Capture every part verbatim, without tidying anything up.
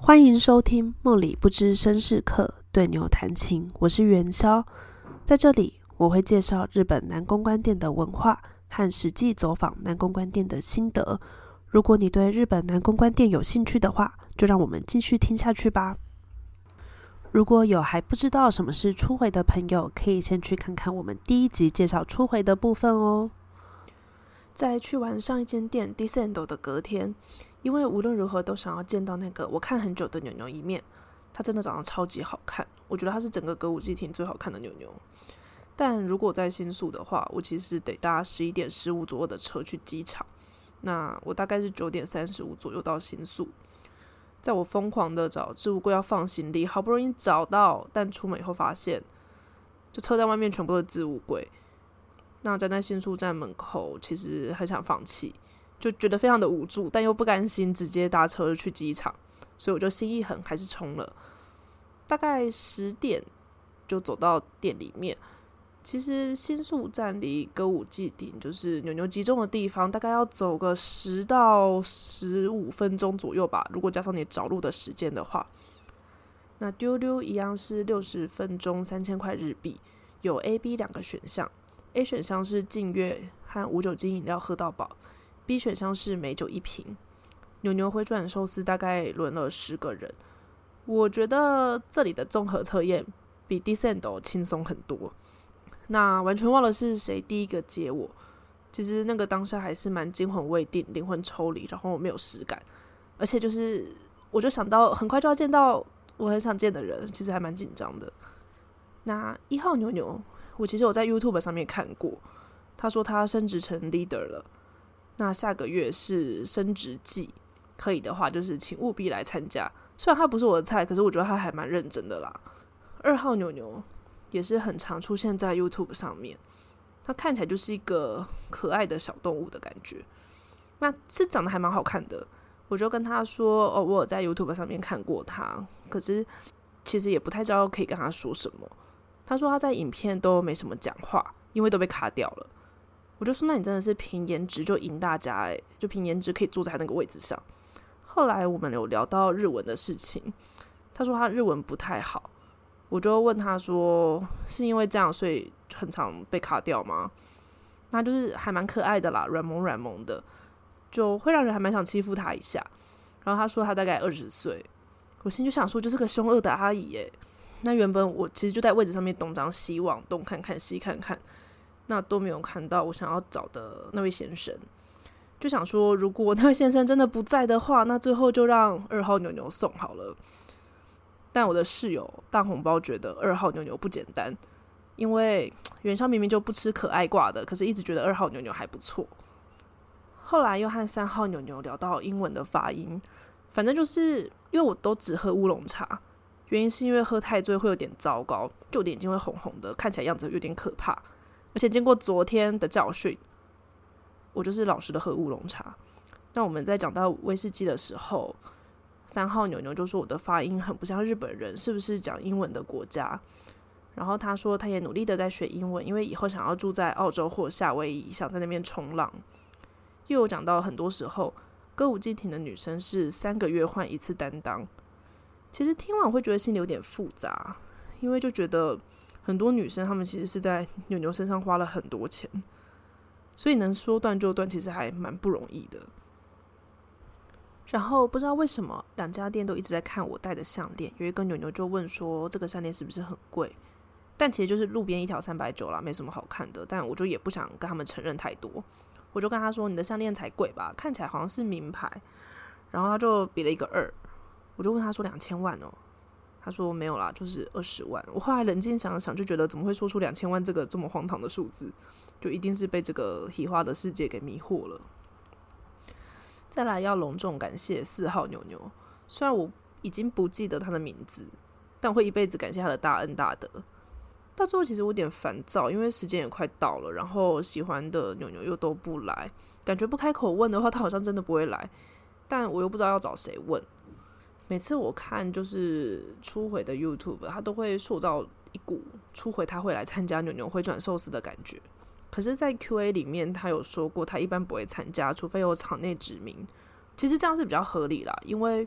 欢迎收听梦里不知绅士客，对牛弹琴，我是元宵。在这里我会介绍日本南公关店的文化和实际走访南公关店的心得。如果你对日本南公关店有兴趣的话，就让我们继续听下去吧。如果有还不知道什么是初回的朋友，可以先去看看我们第一集介绍初回的部分哦。在去完上一间店 Descendo 的隔天，因为无论如何都想要见到那个我看很久的牛牛一面，它真的长得超级好看，我觉得它是整个歌舞伎町最好看的牛牛。但如果在新宿的话，我其实得搭十一点十五左右的车去机场，那我大概是九点三十五左右到新宿。在我疯狂的找置物柜要放行李，好不容易找到，但出门以后发现，就车站外面全部都是置物柜。那站在新宿站门口，其实很想放弃，就觉得非常的无助，但又不甘心直接搭车去机场，所以我就心一横，还是冲了。大概十点就走到店里面。其实新宿站离歌舞伎町就是牛牛集中的地方，大概要走个十到十五分钟左右吧，如果加上你找路的时间的话。那丢丢一样是六十分钟三千块日币，有 A、B 两个选项。A 选项是净月和无酒精饮料喝到饱， B 选项是美酒一瓶。牛牛回转寿司大概轮了十个人，我觉得这里的综合测验比 Descendo 轻松很多。那完全忘了是谁第一个接我，其实那个当下还是蛮惊魂未定，灵魂抽离，然后没有实感，而且就是我就想到很快就要见到我很想见的人，其实还蛮紧张的。那一号牛牛我其实有在 YouTube 上面看过，他说他升职成 leader 了，那下个月是升职季，可以的话就是请务必来参加。虽然他不是我的菜，可是我觉得他还蛮认真的啦。二号牛牛也是很常出现在 YouTube 上面，他看起来就是一个可爱的小动物的感觉，那是长得还蛮好看的。我就跟他说哦，我有在 YouTube 上面看过他，可是其实也不太知道可以跟他说什么。他说他在影片都没什么讲话，因为都被卡掉了。我就说那你真的是凭颜值就赢大家耶，就凭颜值可以坐在那个位置上。后来我们有聊到日文的事情，他说他日文不太好，我就问他说是因为这样所以很常被卡掉吗？那就是还蛮可爱的啦，软萌软萌的，就会让人还蛮想欺负他一下。然后他说他大概二十岁，我心就想说就是个凶恶的阿姨耶。那原本我其实就在位置上面东张西望，东看看西看看，那都没有看到我想要找的那位先生。就想说如果那位先生真的不在的话，那最后就让二号牛牛送好了。但我的室友大红包觉得二号牛牛不简单，因为元宵明明就不吃可爱挂的，可是一直觉得二号牛牛还不错。后来又和三号牛牛聊到英文的发音，反正就是因为我都只喝乌龙茶，原因是因为喝太醉会有点糟糕，就我的眼睛会红红的，看起来样子有点可怕。而且经过昨天的教训，我就是老实的喝乌龙茶。那我们在讲到威士忌的时候，三号牛牛就说我的发音很不像日本人，是不是讲英文的国家？然后他说他也努力的在学英文，因为以后想要住在澳洲或夏威夷，想在那边冲浪。又有讲到很多时候歌舞伎町的女生是三个月换一次担当。其实听完会觉得心里有点复杂，因为就觉得很多女生她们其实是在牛牛身上花了很多钱，所以能说断就断其实还蛮不容易的。然后不知道为什么两家店都一直在看我戴的项链，有一个牛牛就问说这个项链是不是很贵，但其实就是路边一条三百九啦，没什么好看的，但我就也不想跟他们承认太多，我就跟他说你的项链才贵吧，看起来好像是名牌。然后他就比了一个二，我就问他说两千万哦，他说没有啦，就是二十万。我后来冷静想想，就觉得怎么会说出两千万这个这么荒唐的数字，就一定是被这个奇花的世界给迷惑了。再来要隆重感谢四号牛牛，虽然我已经不记得他的名字，但我会一辈子感谢他的大恩大德。到最后其实我有点烦躁，因为时间也快到了，然后喜欢的牛牛又都不来，感觉不开口问的话他好像真的不会来，但我又不知道要找谁问。每次我看就是初回的 YouTube， 他都会塑造一股初回他会来参加牛牛回转寿司的感觉，可是在 Q A 里面他有说过他一般不会参加，除非有场内指名。其实这样是比较合理啦，因为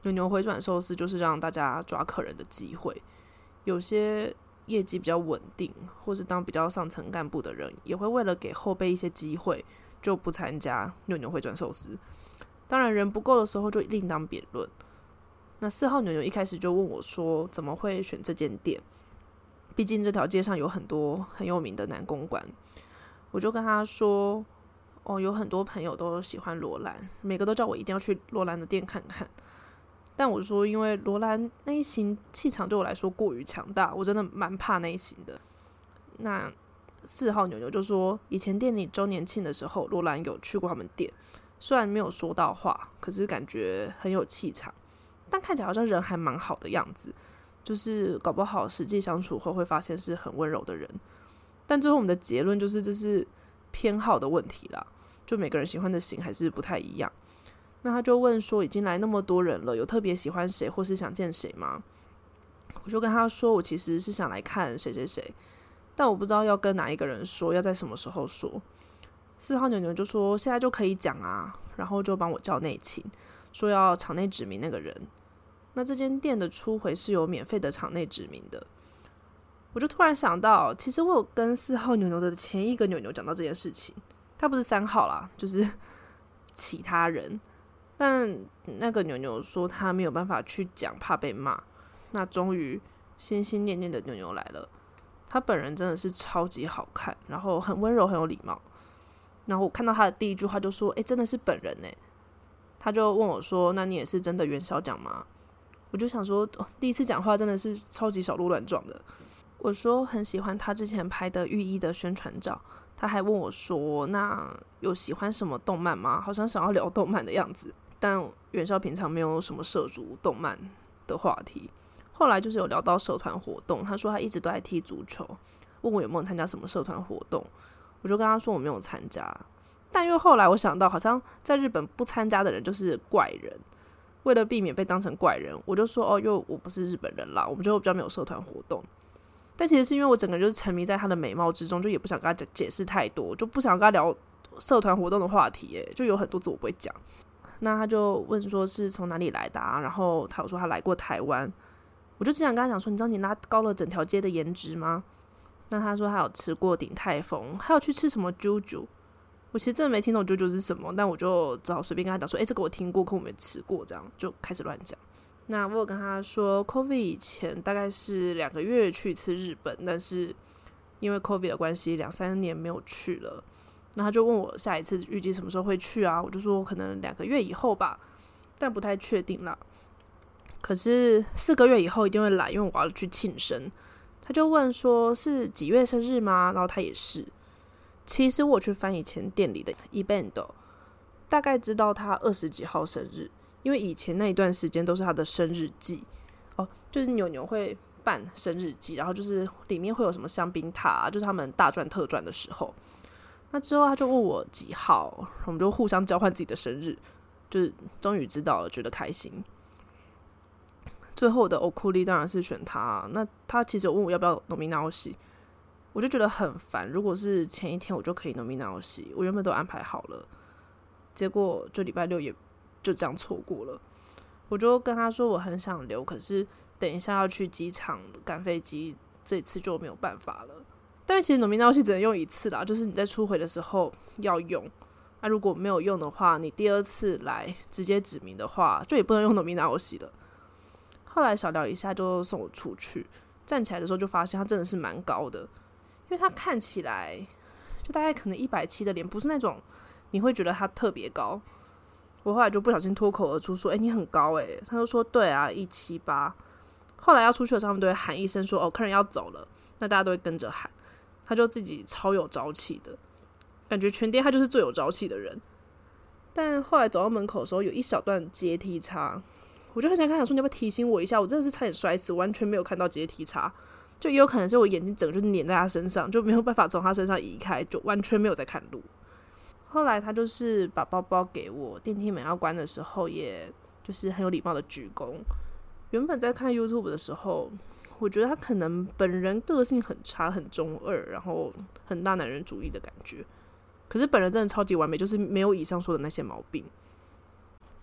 牛牛回转寿司就是让大家抓客人的机会，有些业绩比较稳定或是当比较上层干部的人也会为了给后辈一些机会就不参加牛牛回转寿司，当然人不够的时候就另当别论。那四号牛牛一开始就问我说怎么会选这间店，毕竟这条街上有很多很有名的男公关。我就跟他说哦，有很多朋友都喜欢罗兰，每个都叫我一定要去罗兰的店看看，但我说因为罗兰那一型气场对我来说过于强大，我真的蛮怕那一型的。那四号牛牛就说以前店里周年庆的时候罗兰有去过他们店，虽然没有说到话，可是感觉很有气场，但看起来好像人还蛮好的样子，就是搞不好实际相处后会发现是很温柔的人。但最后我们的结论就是这是偏好的问题啦，就每个人喜欢的型还是不太一样。那他就问说已经来那么多人了，有特别喜欢谁或是想见谁吗？我就跟他说我其实是想来看谁谁谁，但我不知道要跟哪一个人说，要在什么时候说。四号牛牛就说现在就可以讲啊，然后就帮我叫内勤，说要场内指名那个人。那这间店的初回是有免费的场内指名的。我就突然想到，其实我有跟四号牛牛的前一个牛牛讲到这件事情，他不是三号啦，就是其他人。但那个牛牛说他没有办法去讲，怕被骂。那终于心心念念的牛牛来了，他本人真的是超级好看，然后很温柔很有礼貌。然后我看到他的第一句话就说诶，真的是本人耶。他就问我说那你也是真的元宵奖吗？我就想说、哦、第一次讲话真的是超级小鹿乱撞的。我说很喜欢他之前拍的浴衣的宣传照，他还问我说那有喜欢什么动漫吗？好像想要聊动漫的样子，但元宵平常没有什么涉足动漫的话题。后来就是有聊到社团活动，他说他一直都在踢足球，问我有没有参加什么社团活动，我就跟他说我没有参加。但因为后来我想到好像在日本不参加的人就是怪人，为了避免被当成怪人，我就说哦，因为我不是日本人啦，我们就比较没有社团活动。但其实是因为我整个人就是沉迷在他的美貌之中，就也不想跟他解释太多，就不想跟他聊社团活动的话题耶，就有很多字我不会讲。那他就问说是从哪里来的啊，然后他有说他来过台湾，我就只想跟他讲说你知道你拉高了整条街的颜值吗？那他说他有吃过鼎泰丰，还有去吃什么啾啾，我其实真的没听懂啾啾是什么，但我就只好随便跟他讲说诶，这个我听过可我没吃过，这样就开始乱讲。那我有跟他说 COVID 以前大概是两个月去一次日本，但是因为 COVID 的关系两三年没有去了。那他就问我下一次预计什么时候会去啊，我就说可能两个月以后吧，但不太确定啦。可是四个月以后一定会来，因为我要去庆生。他就问说是几月生日吗？然后他也是。其实我去翻以前店里的 event， 大概知道他二十几号生日，因为以前那一段时间都是他的生日季哦，就是牛牛会办生日季，然后就是里面会有什么香槟塔、啊，就是他们大赚特赚的时候。那之后他就问我几号，我们就互相交换自己的生日，就是终于知道了，觉得开心。最后的欧库利当然是选他，那他其实有问我要不要农民闹戏，我就觉得很烦。如果是前一天我就可以农民闹戏，我原本都安排好了，结果就礼拜六也就这样错过了。我就跟他说我很想留，可是等一下要去机场赶飞机，这次就没有办法了。但是其实农民闹戏只能用一次啦，就是你在出回的时候要用，那、啊、如果没有用的话，你第二次来直接指名的话，就也不能用农民闹戏了。后来小聊一下就送我出去，站起来的时候就发现他真的是蛮高的，因为他看起来就大概可能一百七的脸，不是那种你会觉得他特别高。我后来就不小心脱口而出说：“哎、欸，你很高哎、欸！”他就说：“对啊，一七八。”后来要出去的时候，他们都会喊一声说：“哦，客人要走了。”那大家都会跟着喊。他就自己超有朝气的，感觉全店他就是最有朝气的人。但后来走到门口的时候，有一小段阶梯差，我就很想跟他说：“你要不要提醒我一下？”我真的是差点摔死，完全没有看到阶梯差，就也有可能是我眼睛整个就黏在他身上，就没有办法从他身上移开，就完全没有在看路。后来他就是把包包给我，电梯门要关的时候也就是很有礼貌的鞠躬。原本在看 YouTube 的时候，我觉得他可能本人个性很差，很中二，然后很大男人主义的感觉，可是本人真的超级完美，就是没有以上说的那些毛病。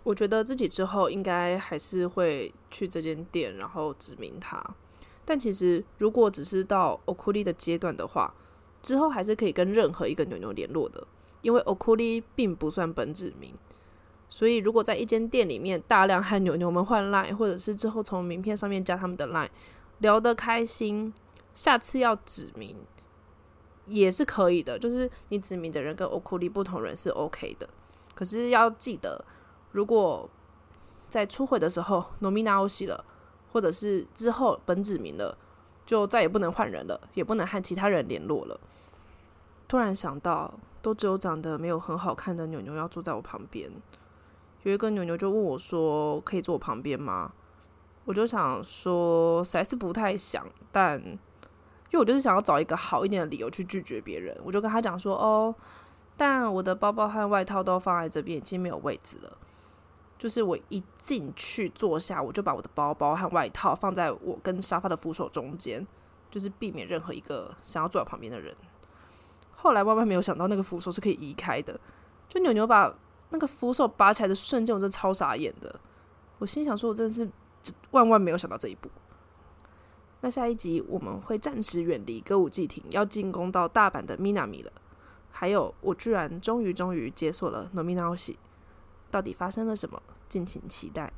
我觉得自己之后应该还是会去这间店，然后指明它。但其实如果只是到 Okuri 的阶段的话，之后还是可以跟任何一个牛牛联络的，因为 Okuri 并不算本指名。所以如果在一间店里面大量和牛牛们换 LINE， 或者是之后从名片上面加他们的 LINE， 聊得开心，下次要指名也是可以的，就是你指名的人跟 Okuri 不同人是 OK 的。可是要记得，如果在初回的时候 Nominaoshi 了，或者是之后本指名了，就再也不能换人了，也不能和其他人联络了。突然想到，都只有长得没有很好看的牛牛要坐在我旁边。有一个牛牛就问我说：“可以坐我旁边吗？”我就想说，实在是不太想，但因为我就是想要找一个好一点的理由去拒绝别人，我就跟他讲说：“哦，但我的包包和外套都放在这边，已经没有位置了。”就是我一进去坐下，我就把我的包包和外套放在我跟沙发的扶手中间，就是避免任何一个想要坐在旁边的人。后来万万没有想到，那个扶手是可以移开的。就牛牛把那个扶手拔起来的瞬间，我真的超傻眼的。我心想说，我真的是万万没有想到这一步。那下一集我们会暂时远离歌舞伎町，要进攻到大阪的 Minami 了。还有，我居然终于终于解锁了 Nominaoshi， 到底发生了什么？敬请期待。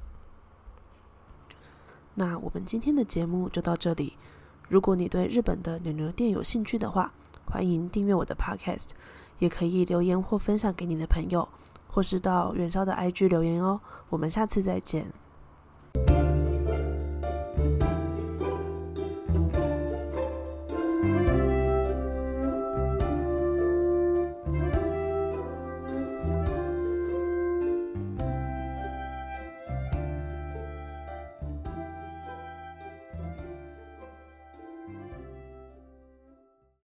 那我们今天的节目就到这里。如果你对日本的牛牛店有兴趣的话，欢迎订阅我的 podcast， 也可以留言或分享给你的朋友，或是到元宵的 I G 留言哦。我们下次再见。